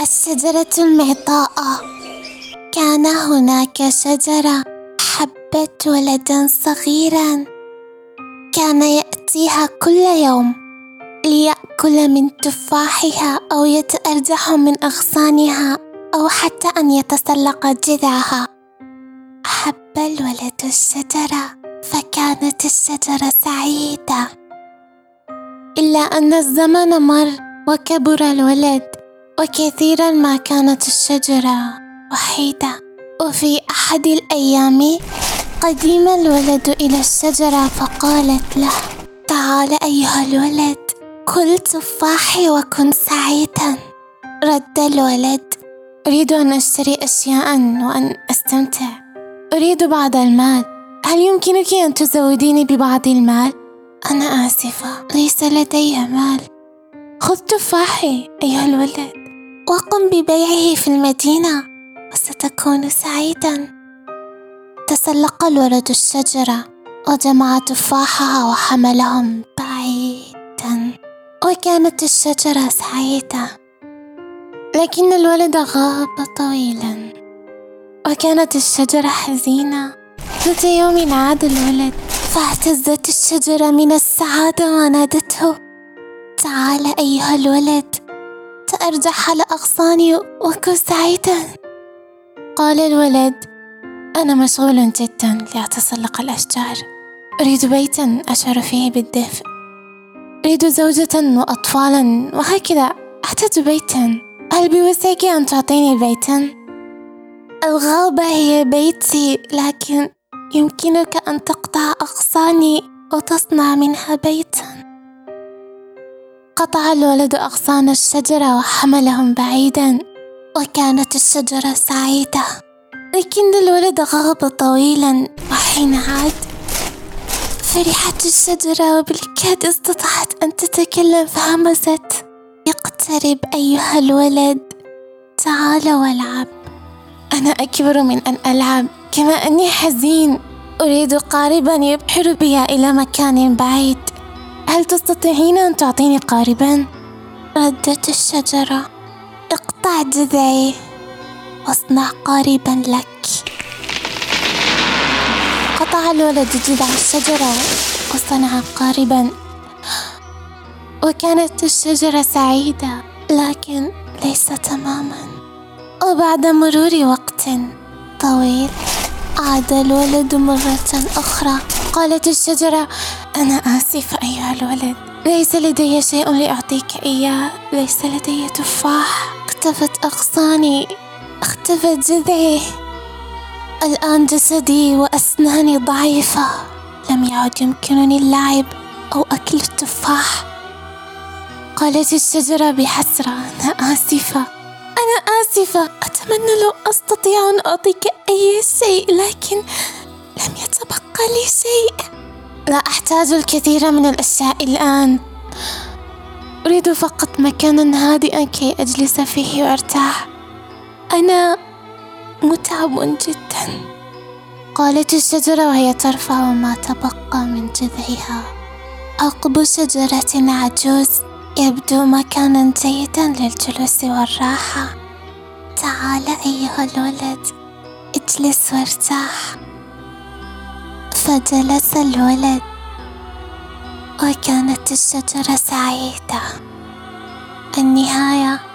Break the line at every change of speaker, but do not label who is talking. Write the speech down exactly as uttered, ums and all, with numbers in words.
الشجرة المعطاءة. كان هناك شجرة حبت ولدا صغيرا، كان يأتيها كل يوم ليأكل من تفاحها أو يتأرجح من أغصانها أو حتى أن يتسلق جذعها. أحب الولد الشجرة فكانت الشجرة سعيدة، إلا أن الزمن مر وكبر الولد، وكثيرا ما كانت الشجرة وحيدة. وفي أحد الأيام قدم الولد إلى الشجرة فقالت له: تعال أيها الولد، كل تفاحي وكن سعيدا. رد الولد: أريد أن أشتري أشياء وأن أستمتع، أريد بعض المال، هل يمكنك أن تزوديني ببعض المال؟ أنا آسفة، ليس لدي مال. خذ تفاحي أيها الولد وقم ببيعه في المدينة وستكون سعيدا. تسلق الولد الشجرة وجمع تفاحها وحملهم بعيدا، وكانت الشجرة سعيدة. لكن الولد غاب طويلا وكانت الشجرة حزينة. ذات يوم عاد الولد فاهتزت الشجرة من السعادة ونادته: تعال أيها الولد، تأرجح على أغصاني وكن سعيدا. قال الولد: أنا مشغول جدا لأتسلق الأشجار، أريد بيتا أشعر فيه بالدفء، أريد زوجة وأطفالا وهكذا، أحتاج بيتا، هل بوسعك أن تعطيني بيتا؟ الغابة هي بيتي، لكن يمكنك أن تقطع أغصاني وتصنع منها بيتا. قطع الولد أغصان الشجرة وحملهم بعيدا، وكانت الشجرة سعيدة. لكن الولد غاب طويلا، وحين عاد فرحت الشجرة وبالكاد استطاعت أن تتكلم فهمست: اقترب أيها الولد، تعال والعب. أنا أكبر من أن ألعب، كما أني حزين، أريد قاربا يبحر بي إلى مكان بعيد، هل تستطيعين أن تعطيني قاربا؟ ردت الشجرة: اقطع جذعي واصنع قاربا لك. قطع الولد جذع الشجرة وصنع قاربا، وكانت الشجرة سعيدة، لكن ليس تماما. وبعد مرور وقت طويل عاد الولد مرة أخرى. قالت الشجرة: أنا آسفة أيها الولد، ليس لدي شيء لأعطيك إياه، ليس لدي تفاح، اختفت أغصاني، اختفت جذعي، الآن جسدي وأسناني ضعيفة، لم يعد يمكنني اللعب أو أكل التفاح. قالت الشجرة بحسرة: أنا آسفة، أنا آسفة، أتمنى لو أستطيع أن أعطيك أي شيء، لكن لم يتبقى لي شيء، لا أحتاج الكثير من الأشياء الآن، أريد فقط مكانا هادئا كي أجلس فيه وأرتاح، أنا متعب جدا. قالت الشجرة وهي ترفع ما تبقى من جذعها. عقب شجرة عجوز يبدو مكانا جيدا للجلوس والراحة. تعال أيها الولد، اجلس وارتاح. فجلس الولد وكانت الشجرة سعيدة. النهاية: